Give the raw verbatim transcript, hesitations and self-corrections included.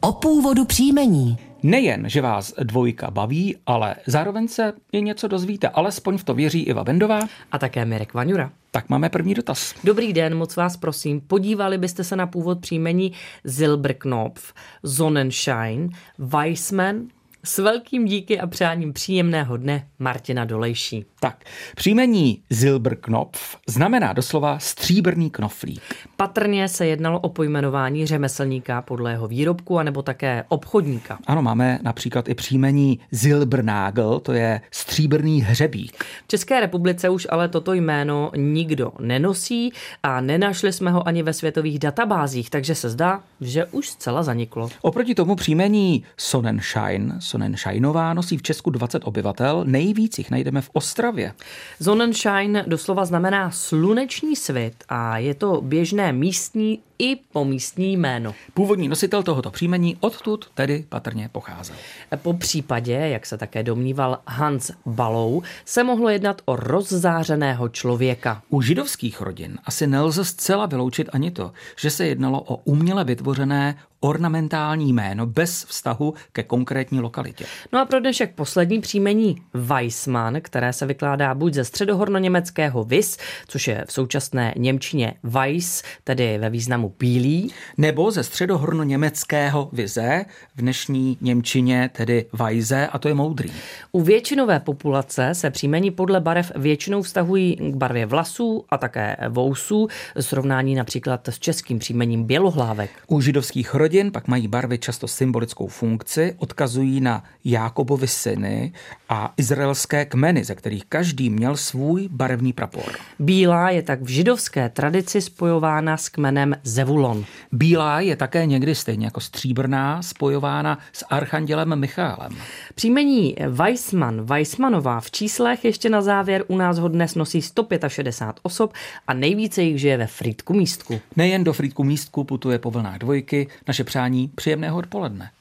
O původu příjmení. Nejen, že vás dvojka baví, ale zároveň se i něco dozvíte. Alespoň v to věří Iva Bendová. A také Mirek Vaňura. Tak máme první dotaz. Dobrý den, moc vás prosím, podívali byste se na původ příjmení Silberknopf, Sonnenschein, Weissman. S velkým díky a přáním příjemného dne, Martina Dolejší. Tak, příjmení Silberknopf znamená doslova stříbrný knoflík. Patrně se jednalo o pojmenování řemeslníka podle jeho výrobku, anebo také obchodníka. Ano, máme například i příjmení Silbernagel, to je stříbrný hřebík. V České republice už ale toto jméno nikdo nenosí a nenašli jsme ho ani ve světových databázích, takže se zdá, že už zcela zaniklo. Oproti tomu příjmení Sonnenschein, Sonnenscheinová nosí v Česku dvacet obyvatel, nejvíc jich najdeme v Ostravě. Sonnenschein doslova znamená sluneční svit a je to běžné místní i pomístní jméno. Původní nositel tohoto příjmení odtud tedy patrně pocházel. Po případě, jak se také domníval Hans Balou, se mohlo jednat o rozzářeného člověka. U židovských rodin asi nelze zcela vyloučit ani to, že se jednalo o uměle vytvořené ornamentální jméno bez vztahu ke konkrétní lokalitě. No a pro dnešek poslední příjmení Weissmann, které se vykládá buď ze středohornoněmeckého Weiss, což je v současné němčině Weiss, tedy ve významu bílý, nebo ze středohornoněmeckého vize, v dnešní němčině tedy Weise, a to je moudrý. U většinové populace se příjmení podle barev většinou vztahují k barvě vlasů a také vousů, srovnání například s českým příjmením Bělohlávek. U židovských rodin pak mají barvy často symbolickou funkci, odkazují na Jákobovy syny a izraelské kmeny, ze kterých každý měl svůj barevný prapor. Bílá je tak v židovské tradici spojována s kmenem Zevulon. Bílá je také někdy stejně jako stříbrná spojována s archandělem Michaelem. Příjmení Weissmann, Weissmannová v číslech ještě na závěr u nás ho dnes nosí sto šedesát pět osob a nejvíce jich žije ve Frýdku Místku. Nejen do Frýdku Místku putuje po vlnách dvojky, naše přání příjemného odpoledne.